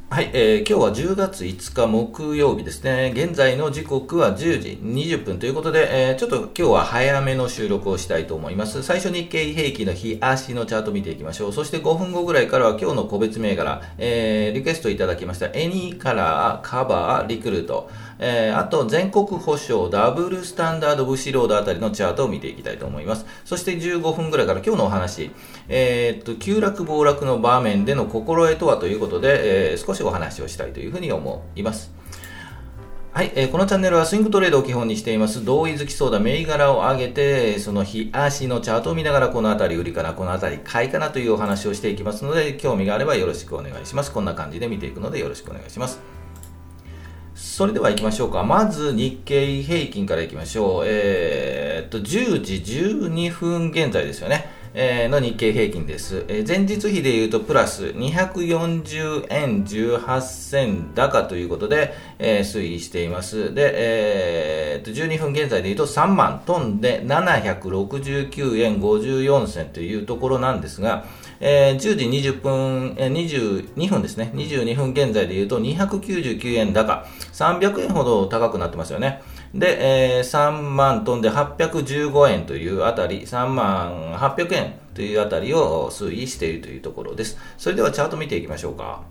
はい、今日は10月5日木曜日ですね。現在の時刻は10時20分ということで、ちょっと今日は早めの収録をしたいと思います。最初日経平均の日足のチャート見ていきましょう。そして5分後ぐらいからは今日の個別銘柄、リクエストいただきましたエニーカラー、カバー、リクルート、あと全国保証、ダブルスタンダード、ブシロードあたりのチャートを見ていきたいと思います。そして15分ぐらいから今日のお話、急落暴落の場面での心得とはということで、少しお話をしたいというふうに思います。はい、このチャンネルはスイングトレードを基本にしています。同意づきそうだ銘柄を上げて、その日足のチャートを見ながらこのあたり売りかな、このあたり買いかなというお話をしていきますので、興味があればよろしくお願いします。こんな感じで見ていくのでよろしくお願いします。それでは行きましょうか。まず日経平均から行きましょう。10時12分現在ですよね。の日経平均です。前日比でいうとプラス240円18銭高ということで、推移しています。で、12分現在でいうと3万トンで769円54銭というところなんですが、10時20分、22分ですね。22分現在でいうと299円高、300円ほど高くなってますよね。で、3万トンで815円というあたり、3万800円というあたりを推移しているというところです。それではチャート見ていきましょうか。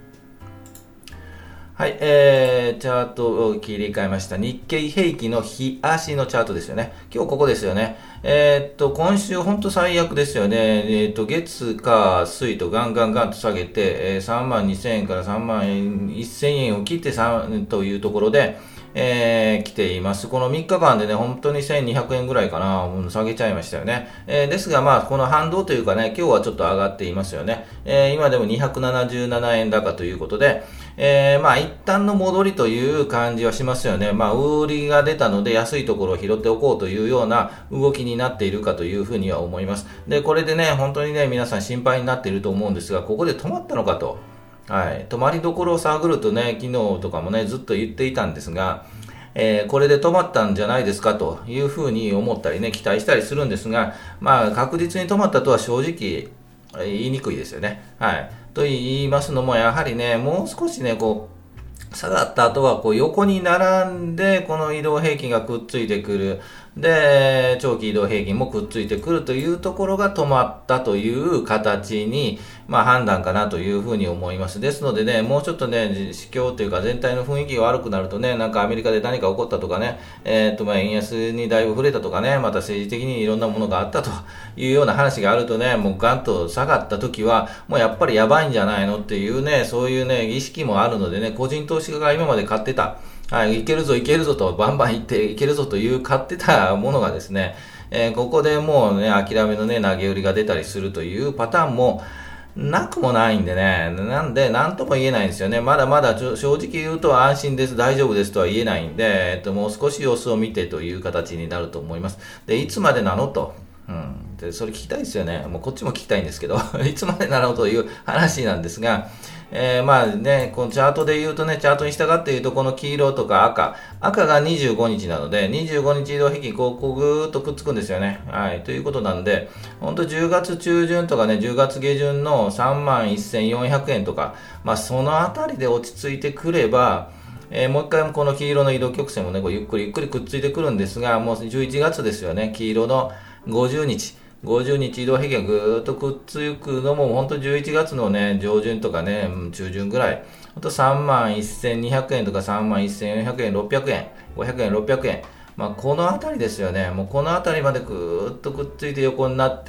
はい、チャートを切り替えました。日経平均の日足のチャートですよね。今日ここですよね。今週本当最悪ですよね。月、火、水とガンと下げて、3万2000円から3万1000円を切って3というところで、来ています。この3日間でね、本当に1200円ぐらいかな、下げちゃいましたよね。ですが、まあ、この反動というかね、今日はちょっと上がっていますよね。今でも277円高ということで、まあ、一旦の戻りという感じはしますよね。まあ、売りが出たので、安いところを拾っておこうというような動きになっているかというふうには思います。で、これでね、本当にね、皆さん心配になっていると思うんですが、ここで止まったのかと。はい、止まりどころを探るとね、昨日とかもね、ずっと言っていたんですが、これで止まったんじゃないですかというふうに思ったりね、期待したりするんですが、まあ、確実に止まったとは正直言いにくいですよね。はい。と言いますのも、やはりね、もう少しね、下がった後は横に並んでこの移動平均がくっついてくる。で、長期移動平均もくっついてくるというところが止まったという形に、まあ判断かなというふうに思います。ですのでね、もうちょっとね、市況というか全体の雰囲気が悪くなるとね、なんかアメリカで何か起こったとかね、まあ円安にだいぶ触れたとかね、また政治的にいろんなものがあったというような話があるとね、もうガンと下がった時は、もうやっぱりやばいんじゃないのっていうね、そういうね、意識もあるのでね、個人投資家が今まで買ってた、はい、いけるぞとバンバン言っていけるぞという買ってたものがですね、ここでもうね、諦めのね、投げ売りが出たりするというパターンもなくもないんでね、なんで、なんとも言えないんですよね。まだまだ正直言うと安心です、大丈夫ですとは言えないんで、もう少し様子を見てという形になると思います。で、いつまでなのと。でそれ聞きたいですよね。もうこっちも聞きたいんですけど、いつまでなのという話なんですが、まあね、このチャートで言うとね、チャートに従って言うと、この黄色とか赤が25日なので、25日移動平均、こうぐーっとくっつくんですよね。はい、ということなんで、本当10月中旬とかね、10月下旬の3万1400円とか、まあそのあたりで落ち着いてくれば、もう一回この黄色の移動曲線もね、ゆっくりくっついてくるんですが、もう11月ですよね、黄色の50日移動平均がぐーっとくっつくのも、本当11月のね、上旬とかね、中旬ぐらい、本当3万1200円とか3万1400円、600円、500円、600円。まあ、このあたりですよね。もうこのあたりまでぐーっとくっついて横になって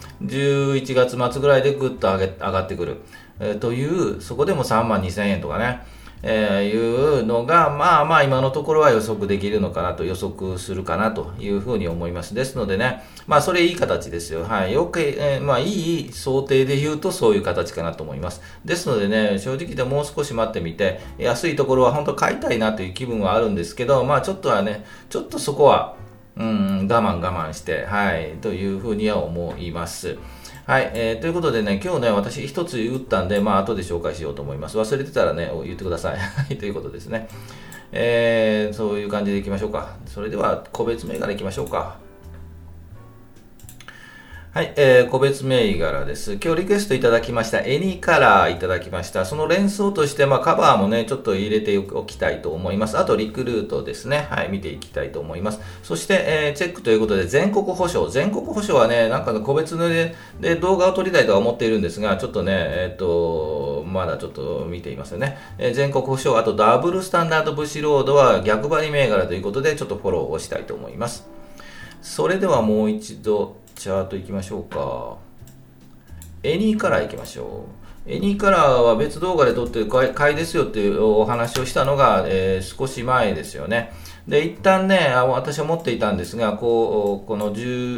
、11月末ぐらいでぐっと上がってくる。という、そこでも3万2000円とかね。いうのが、まあまあ今のところは予測できるのかなと、予測するかなというふうに思います。ですのでね、まあそれいい形ですよ。はい。よく、まあいい想定で言うとそういう形かなと思います。ですのでね、正直でもう少し待ってみて、安いところは本当買いたいなという気分はあるんですけど、まあちょっとはね、ちょっとそこは、我慢して、はい、というふうには思います。はい、ということでね、今日ね、私一つ打ったんで、まあ、後で紹介しようと思います。忘れてたらね、言ってください。はい、ということですね。そういう感じでいきましょうか。それでは、個別銘柄いきましょうか。 はい、個別銘柄です。今日リクエストいただきました、エニカラーいただきました。その連想として、カバーもね、ちょっと入れておきたいと思います。あと、リクルートですね。はい、見ていきたいと思います。そして、チェックということで、全国保証。全国保証はね、なんか個別で動画を撮りたいとは思っているんですが、ちょっとね、まだちょっと見ていますよね。全国保証、あとダブルスタンダードブシロードは逆張り銘柄ということで、ちょっとフォローをしたいと思います。それではもう一度、チャートいきましょうか。エニーカラーいきましょう。エニーカラーは別動画で撮って買いですよっていうお話をしたのが、少し前ですよね。で、一旦ね、私は持っていたんですが、この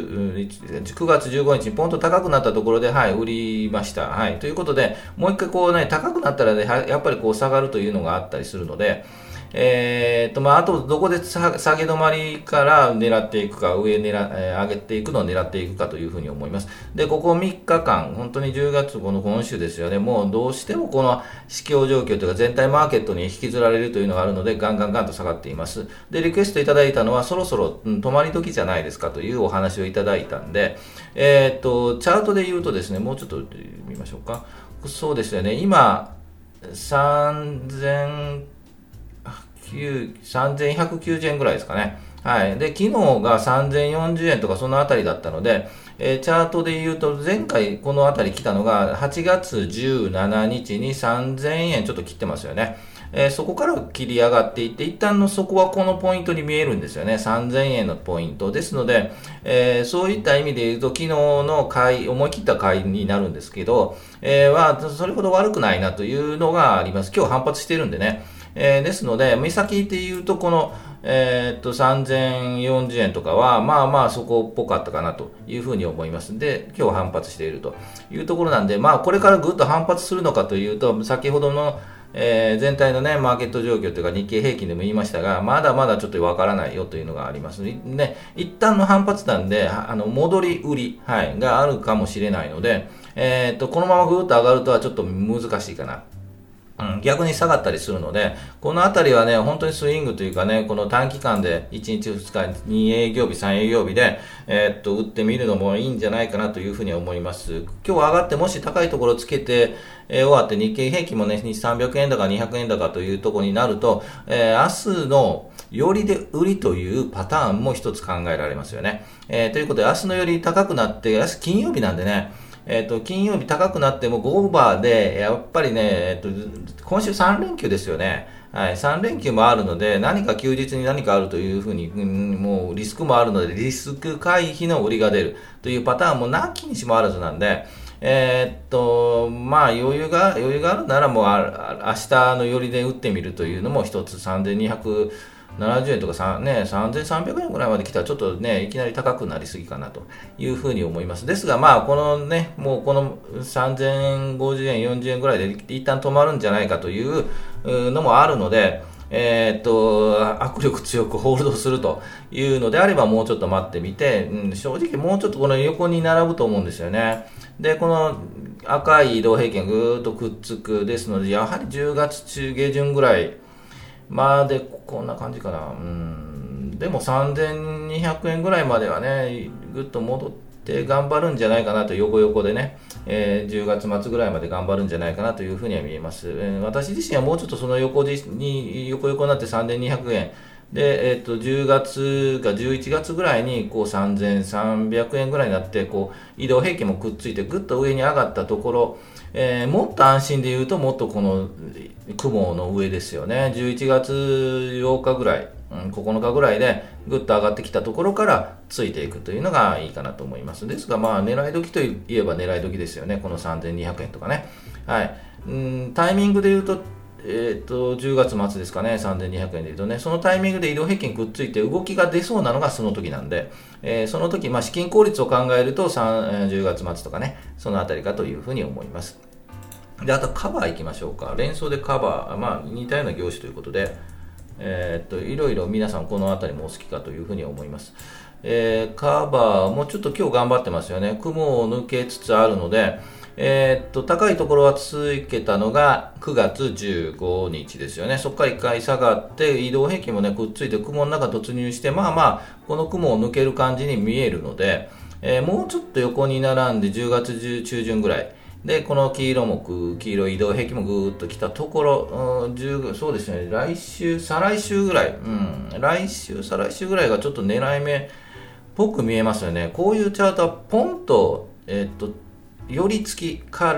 9月15日にポンと高くなったところで、はい、売りました。はい。ということで、もう一回こうね、高くなったらね、やっぱりこう下がるというのがあったりするので、あとどこで下げ止まりから狙っていくか、上上げていくのを狙っていくかというふうに思います。で、ここ3日間、本当に10月今週ですよね、もうどうしてもこの市況状況というか全体マーケットに引きずられるというのがあるので、ガンと下がっています。で、リクエストいただいたのは、そろそろ、止まり時じゃないですかというお話をいただいたんで、チャートで言うとですね、もうちょっと見ましょうか。そうですよね、今、3190円ぐらいですかね。はい。で、昨日が3040円とかそのあたりだったので、チャートで言うと前回このあたり来たのが8月17日に3000円ちょっと切ってますよね。そこから切り上がっていって、一旦のそこはこのポイントに見えるんですよね。3000円のポイントですので、そういった意味で言うと、昨日の思い切った買いになるんですけど、それほど悪くないなというのがあります。今日反発してるんでね。ですので、目先で言うと、この、3040円とかは、そこっぽかったかなというふうに思います。で、今日反発しているというところなんで、これからぐっと反発するのかというと、先ほどの、全体のね、マーケット状況というか日経平均でも言いましたが、まだまだちょっとわからないよというのがありますね。一旦の反発なんで、戻り売り、はい、があるかもしれないので、このままぐっと上がるとはちょっと難しいかな。逆に下がったりするので、このあたりはね、本当にスイングというかね、この短期間で1日2日、2営業日、3営業日で、打ってみるのもいいんじゃないかなというふうに思います。今日上がってもし高いところをつけて、終わって日経平均もね、300円高、200円高というところになると、明日の寄りで売りというパターンも一つ考えられますよね。ということで、明日の寄り高くなって、明日金曜日なんでね、金曜日高くなっても5オーバーで、やっぱりね、今週3連休ですよね。はい、3連休もあるので、何か休日に何かあるというふうに、もうリスクもあるので、リスク回避の売りが出るというパターンもなきにしもあらずなんで、余裕があるならもう明日の寄りで打ってみるというのも一つ3270円とか3300円ぐらいまで来たらちょっとね、いきなり高くなりすぎかなというふうに思います。ですが、このね、もうこの3050円、40円ぐらいで一旦止まるんじゃないかというのもあるので、握力強くホールドするというのであればもうちょっと待ってみて、正直もうちょっとこの横に並ぶと思うんですよね。で、この赤い移動平均がぐーっとくっつくですので、やはり10月中下旬ぐらい、で、こんな感じかな。でも3200円ぐらいまではね、ぐっと戻って頑張るんじゃないかなと、横でね、10月末ぐらいまで頑張るんじゃないかなというふうには見えます。私自身はもうちょっとその横になって3200円。で、10月か11月ぐらいに、3300円ぐらいになって、移動平均もくっついて、ぐっと上に上がったところ、もっと安心で言うと、もっとこの雲の上ですよね。11月8日ぐらい、9日ぐらいでぐっと上がってきたところからついていくというのがいいかなと思います。ですが、狙い時といえば狙い時ですよね。この3200円とかね。はい。タイミングで言うと、10月末ですかね、3200円で言うとね、そのタイミングで移動平均くっついて動きが出そうなのがその時なんで、その時、資金効率を考えると10月末とかね、そのあたりかというふうに思います。で、あとカバー行きましょうか。連想でカバー、似たような業種ということで、いろいろ皆さんこのあたりもお好きかというふうに思います。カバーもちょっと今日頑張ってますよね。雲を抜けつつあるので、高いところは続けたのが9月15日ですよね。そこから1回下がって、移動平均もね、くっついて雲の中突入して、この雲を抜ける感じに見えるので、 もうちょっと横に並んで10月中旬ぐらいで、この黄色い移動平均もぐーっと来たところ、そうですね、再来週ぐらい、再来週ぐらいがちょっと狙い目っぽく見えますよね。こういうチャートはポンと、寄り付きから、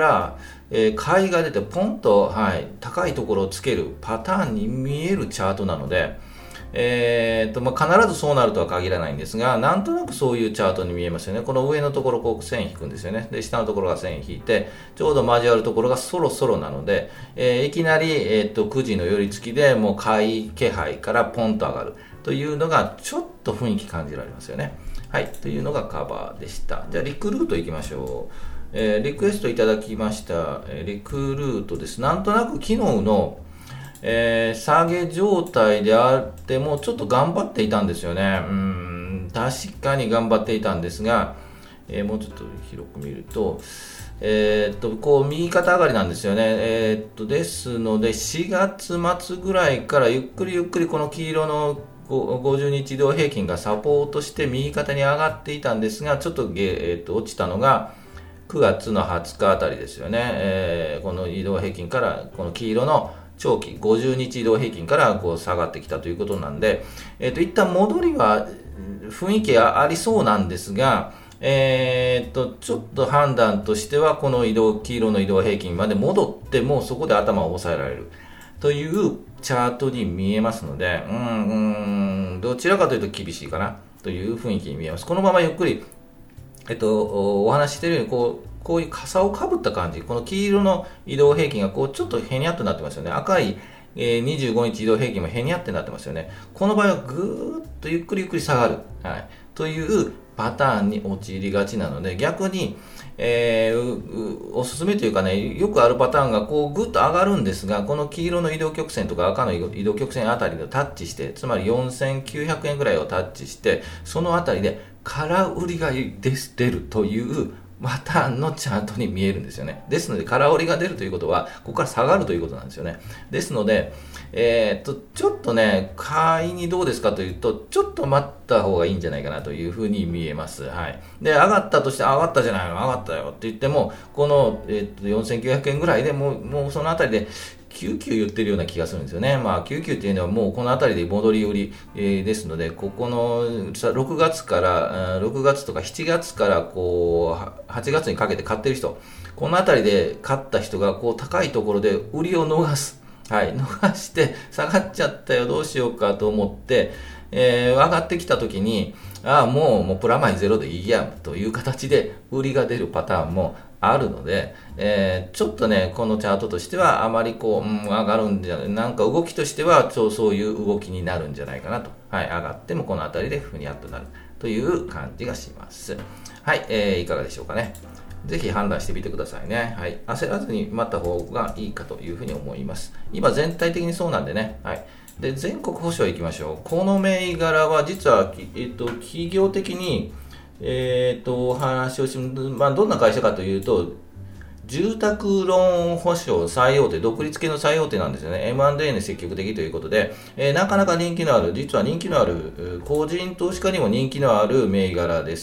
買いが出てポンと、高いところをつけるパターンに見えるチャートなので、必ずそうなるとは限らないんですが、なんとなくそういうチャートに見えますよね。この上のところこう線引くんですよね。で、下のところが線引いて、ちょうど交わるところがそろそろなので、いきなり、9時の寄り付きでもう買い気配からポンと上がるというのがちょっと雰囲気感じられますよね。はい、というのがカバーでした。じゃあリクルートいきましょう。リクエストいただきました、リクルートです。なんとなく昨日の下げ状態であってもちょっと頑張っていたんですよね。確かに頑張っていたんですが、もうちょっと広く見ると、こう右肩上がりなんですよね。ですので4月末ぐらいからゆっくりこの黄色の50日移動平均がサポートして右肩に上がっていたんですが、ちょっと、落ちたのが9月の20日あたりですよね。この移動平均からこの黄色の長期50日移動平均からこう下がってきたということなんで、一旦戻りは雰囲気ありそうなんですが、ちょっと判断としてはこの黄色の移動平均まで戻ってもそこで頭を抑えられるというチャートに見えますので、どちらかというと厳しいかなという雰囲気に見えます。このままゆっくり、お話ししているようにこういう傘をかぶった感じ、この黄色の移動平均がこうちょっとへにゃっとなってますよね。赤い、25日移動平均もへにゃってなってますよね。この場合はぐーっとゆっくり下がる、というパターンに陥りがちなので、逆に、おすすめというかね、よくあるパターンがこうぐっと上がるんですが、この黄色の移動曲線とか赤の移動曲線あたりをタッチして、つまり4900円ぐらいをタッチして、そのあたりで空売りが出るというパターンのチャートに見えるんですよね。ですので、空売りが出るということは、ここから下がるということなんですよね。ですので、ちょっとね、買いにどうですかというと、ちょっと待った方がいいんじゃないかなというふうに見えます。はい。で、上がったとして、上がったじゃないの、上がったよって言っても、この、4900円ぐらいでもうそのあたりで、99言ってるような気がするんですよね。99っていうのはもうこのあたりで戻り売り、ですので、ここの6月から、6月とか7月からこう、8月にかけて買ってる人、このあたりで買った人がこう高いところで売りを逃す。逃して下がっちゃったよ、どうしようかと思って、上がってきた時に、もうプラマイゼロでいいやという形で売りが出るパターンもあるので、ちょっとね、このチャートとしてはあまりこう、上がるんじゃない、なんか動きとしてはそういう動きになるんじゃないかなと。上がってもこの辺りでふにゃっとなるという感じがします。いかがでしょうかね。ぜひ判断してみてくださいね。焦らずに待った方がいいかというふうに思います。今全体的にそうなんでね。で、全国保証いきましょう。この銘柄は実は、企業的に、お話をし、どんな会社かというと、住宅ローン保証最大手、独立系の最大手なんですよね。M&A に積極的ということで、なかなか人気のある、実は人気のある、個人投資家にも人気のある銘柄です。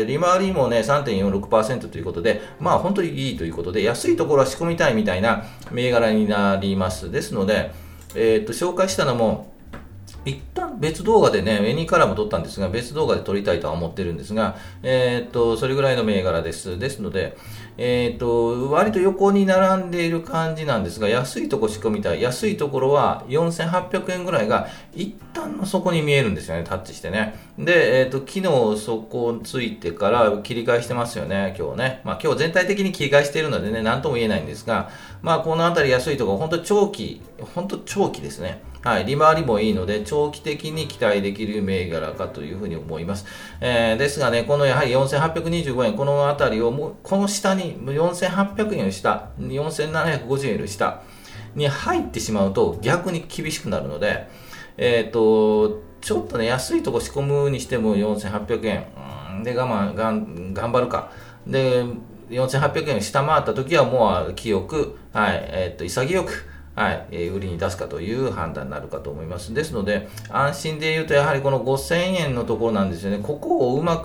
利回りもね、3.46% ということで、本当にいいということで、安いところは仕込みたいみたいな銘柄になります。ですので、紹介したのも、一旦別動画でね、エニーカラーも撮ったんですが、別動画で撮りたいとは思ってるんですが、それぐらいの銘柄です。ですので、割と横に並んでいる感じなんですが、安いとこ仕込みたい。安いところは4800円ぐらいが一旦の底に見えるんですよね、タッチしてね。で、昨日そこついてから切り替えしてますよね、今日ね。今日全体的に切り替えしているのでね、なんとも言えないんですが、このあたり安いところ、本当長期ですね。利回りもいいので、長期的に期待できる銘柄かというふうに思います。ですがね、このやはり4825円、このあたりをこの下に、4800円より下、4750円より下に入ってしまうと逆に厳しくなるので、ちょっとね、安いとこ仕込むにしても4800円、で頑張るか。で、4800円を下回った時はもう清く、潔く、売りに出すかという判断になるかと思います。ですので、安心で言うと、やはりこの5000円のところなんですよね。ここをうまく、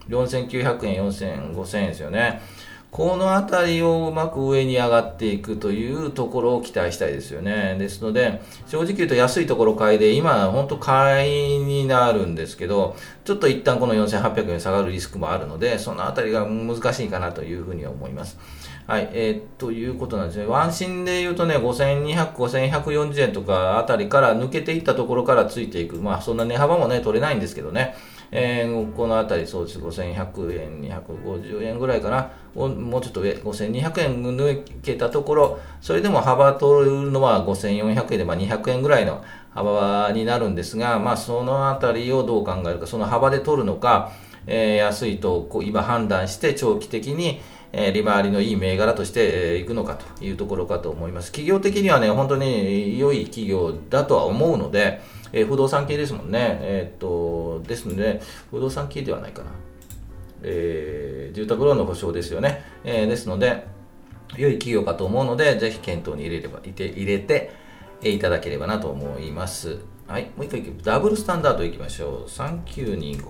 4900円、4000、5000円ですよね。このあたりをうまく上に上がっていくというところを期待したいですよね。ですので、正直言うと安いところ買いで、今本当買いになるんですけど、ちょっと一旦この4800円下がるリスクもあるので、そのあたりが難しいかなというふうに思います。はい、ということなんですね。ワンシンで言うとね、5200、5140円とかあたりから抜けていったところからついていく。まあ、そんな値幅もね、取れないんですけどね。このあたり、そうです。5100円、250円ぐらいかな。もうちょっと上、5200円抜けたところ、それでも幅取るのは5400円で、まあ、200円ぐらいの幅になるんですが、まあ、そのあたりをどう考えるか、その幅で取るのか、安いと今判断して長期的に利回りのいい銘柄としていくのかというところかと思います。企業的にはね、本当に良い企業だとは思うので、不動産系ですもんね。ですので、不動産系ではないかな。住宅ローンの保証ですよね。ですので、良い企業かと思うので、ぜひ検討に入れていただければなと思います。はい、もう一回ダブルスタンダードいきましょう。3925。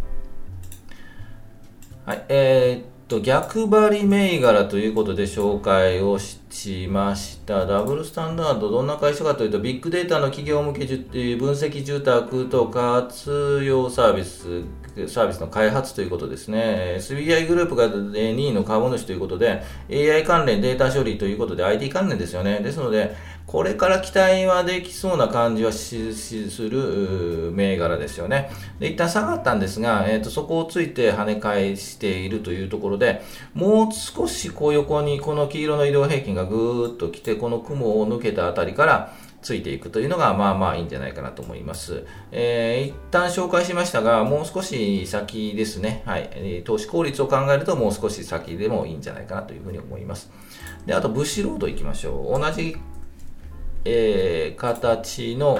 はい、逆張り銘柄ということで紹介をしました。ダブルスタンダード、どんな会社かというと、ビッグデータの企業向け分析住宅と活用サービスの開発ということですね。SBI グループが2位の株主ということで、AI 関連データ処理ということで IT 関連ですよね。ですので、これから期待はできそうな感じはする銘柄ですよね。で、一旦下がったんですが、そこをついて跳ね返しているというところで、もう少し横にこの黄色の移動平均がぐーっと来て、この雲を抜けたあたりからついていくというのがまあまあいいんじゃないかなと思います。一旦紹介しましたが、もう少し先ですね。はい。投資効率を考えるともう少し先でもいいんじゃないかなというふうに思います。で、あと、ブッシュロード行きましょう。同じ形の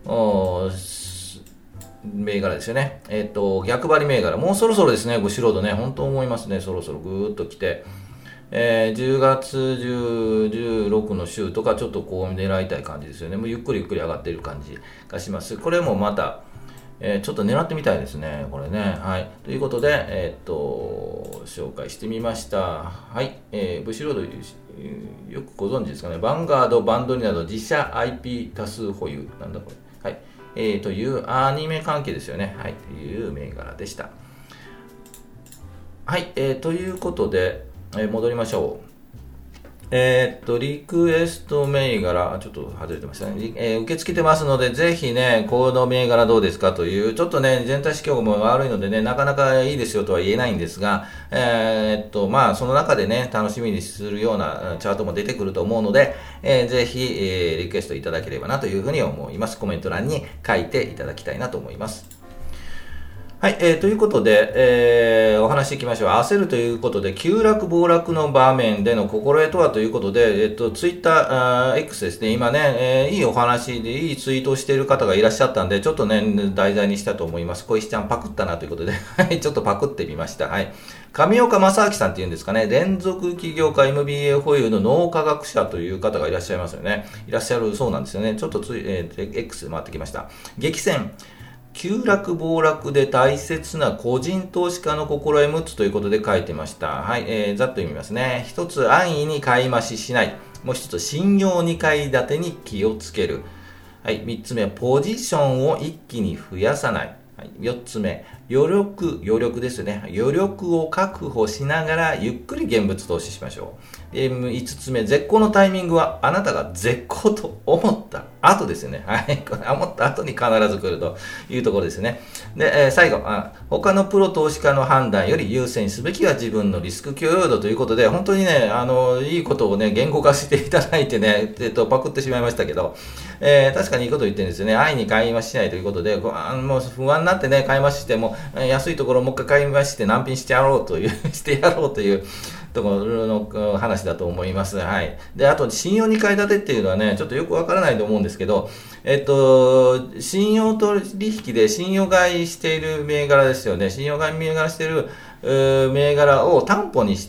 銘柄ですよね。逆張り銘柄。もうそろそろですね、ブシロードね、本当思いますね。そろそろぐーっと来て、10月16の週とかちょっとこう狙いたい感じですよね。もうゆっくり上がっている感じがします。これもまた、ちょっと狙ってみたいですね。これね。はい。ということで、紹介してみました。はい。ブシロード、よくご存知ですかね。バンガード、バンドリなど自社 IP 多数保有。なんだこれ。はい。というアニメ関係ですよね。はい。という銘柄でした。はい。ということで、戻りましょう。リクエスト銘柄、ちょっと外れてましたね。受け付けてますので、ぜひね、この銘柄どうですかという、ちょっとね、全体指標も悪いのでね、なかなかいいですよとは言えないんですが、まあ、その中でね、楽しみにするようなチャートも出てくると思うので、ぜひ、リクエストいただければなというふうに思います。コメント欄に書いていただきたいなと思います。はい、ということで、お話しいきましょう。焦るということで、急落暴落の場面での心得とはということで、ツイッター、X ですね、今ね、いいお話で、いいツイートをしている方がいらっしゃったんで、ちょっとね、題材にしたと思います。小石ちゃんパクったなということで、はい、ちょっとパクってみました。はい。上岡正明さんっていうんですかね、連続起業家 MBA 保有の脳科学者という方がいらっしゃいますよね。いらっしゃるそうなんですよね。ちょっとX で回ってきました。激戦。急落暴落で大切な個人投資家の心得6つということで書いてました。はい、ざっと読みますね。一つ、安易に買い増ししない。もう一つ、信用2階建てに気をつける。はい、三つ目、ポジションを一気に増やさない。はい、四つ目、余力ですね。余力を確保しながらゆっくり現物投資しましょう。五つ目、絶好のタイミングはあなたが絶好と思った後ですよね。はい。これ思った後に必ず来るというところですね。で、最後、他のプロ投資家の判断より優先すべきは自分のリスク許容度ということで、本当にね、いいことをね、言語化していただいてね、パクってしまいましたけど、確かにいいこと言ってるんですよね。安易に買い増ししないということで、もう不安になってね、買い増しても、安いところをもう一回買い増して難品してやろうというところの話だと思います。はい。で、あと、信用2階建てっていうのはね、ちょっとよくわからないと思うんですけど、信用取引で信用買いしている銘柄ですよね。信用買い銘柄している銘柄を担保にして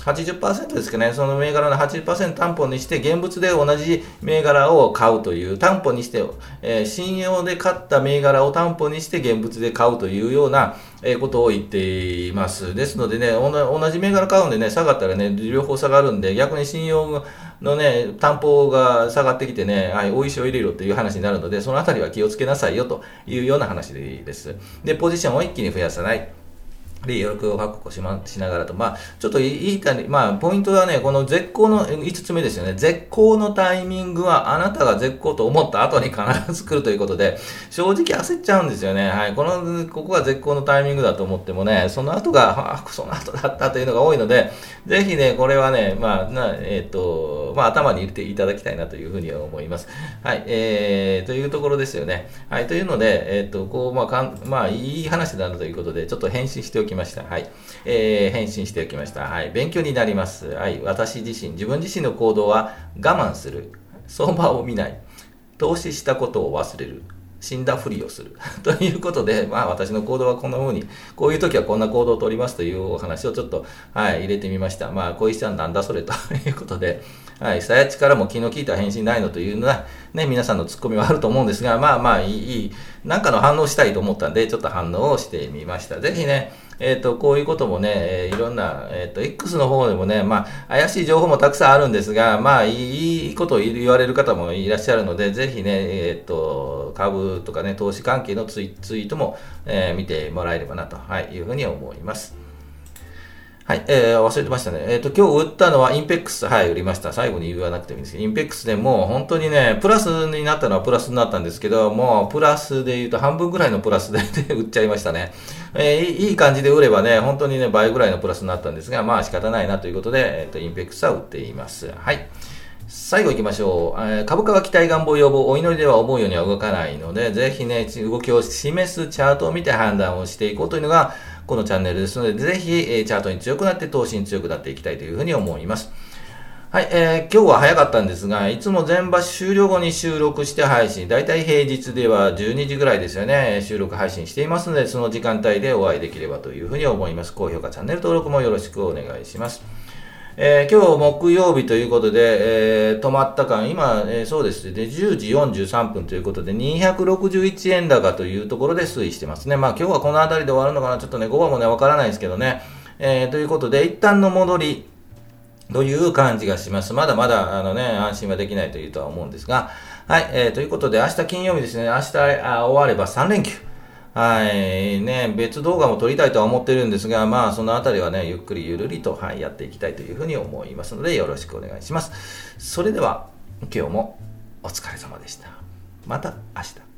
、80% ですかね、その銘柄の 80% 担保にして、現物で同じ銘柄を買うという、担保にして、信用で買った銘柄を担保にして現物で買うというようなことを言っています。ですのでね、同じ銘柄買うんでね、下がったらね、両方下がるんで、逆に信用のね、担保が下がってきてね、はい、おいしいを入れろという話になるので、そのあたりは気をつけなさいよというような話です。で、ポジションを一気に増やさない。で、余力を確保しながらと。ちょっと言いたい、ポイントはね、この絶好の、5つ目ですよね。絶好のタイミングは、あなたが絶好と思った後に必ず来るということで、正直焦っちゃうんですよね。はい。ここが絶好のタイミングだと思ってもね、その後が、その後だったというのが多いので、ぜひね、これはね、頭に入れていただきたいなというふうには思います。はい。というところですよね。はい。というので、いい話だなということで、ちょっと返信しておきました。はい。返信しておきました。はい。勉強になります。はい。私自身、自分自身の行動は我慢する。相場を見ない。投資したことを忘れる。死んだふりをする。ということで、私の行動はこんな風に、こういう時はこんな行動を取りますというお話をちょっと、はい、入れてみました。小石さんなんだそれということで、はい、さやちからも気の利いた返信ないのというのは、ね、皆さんのツッコミはあると思うんですが、なんかの反応したいと思ったんで、ちょっと反応をしてみました。ぜひね、こういうこともね、いろんな、X の方でもね、怪しい情報もたくさんあるんですが、いいことを言われる方もいらっしゃるので、ぜひね、株とかね、投資関係のツイートも、見てもらえればなと、いうふうに思います。はい、忘れてましたね。今日売ったのはインペックス、はい、売りました。最後に言わなくてもいいんですけど、インペックスでもう本当にね、プラスになったのはプラスになったんですけど、もうプラスで言うと半分ぐらいのプラスで売っちゃいましたね。いい感じで売ればね、本当にね、倍ぐらいのプラスになったんですが、仕方ないなということで、インペックスは売っています。はい。最後行きましょう。株価は期待、願望、要望、お祈りでは思うようには動かないので、ぜひね、動きを示すチャートを見て判断をしていこうというのが、このチャンネルですので、ぜひ、チャートに強くなって、投資に強くなっていきたいというふうに思います。はい、今日は早かったんですが、いつも全場終了後に収録して配信、だいたい平日では12時ぐらいですよね、収録配信していますので、その時間帯でお会いできればというふうに思います。高評価、チャンネル登録もよろしくお願いします。今日木曜日ということで、止まった間、今、そうですね、10時43分ということで、261円高というところで推移してますね。今日はこの辺りで終わるのかな、ちょっとね、5番もね、わからないですけどね。ということで、一旦の戻りという感じがします。まだまだ、安心はできないというとは思うんですが、はい、ということで、明日金曜日ですね、明日終われば3連休。はい、ね、別動画も撮りたいとは思ってるんですが、そのあたりはね、ゆっくりゆるりと、やっていきたいというふうに思いますので、よろしくお願いします。それでは、今日もお疲れ様でした。また明日。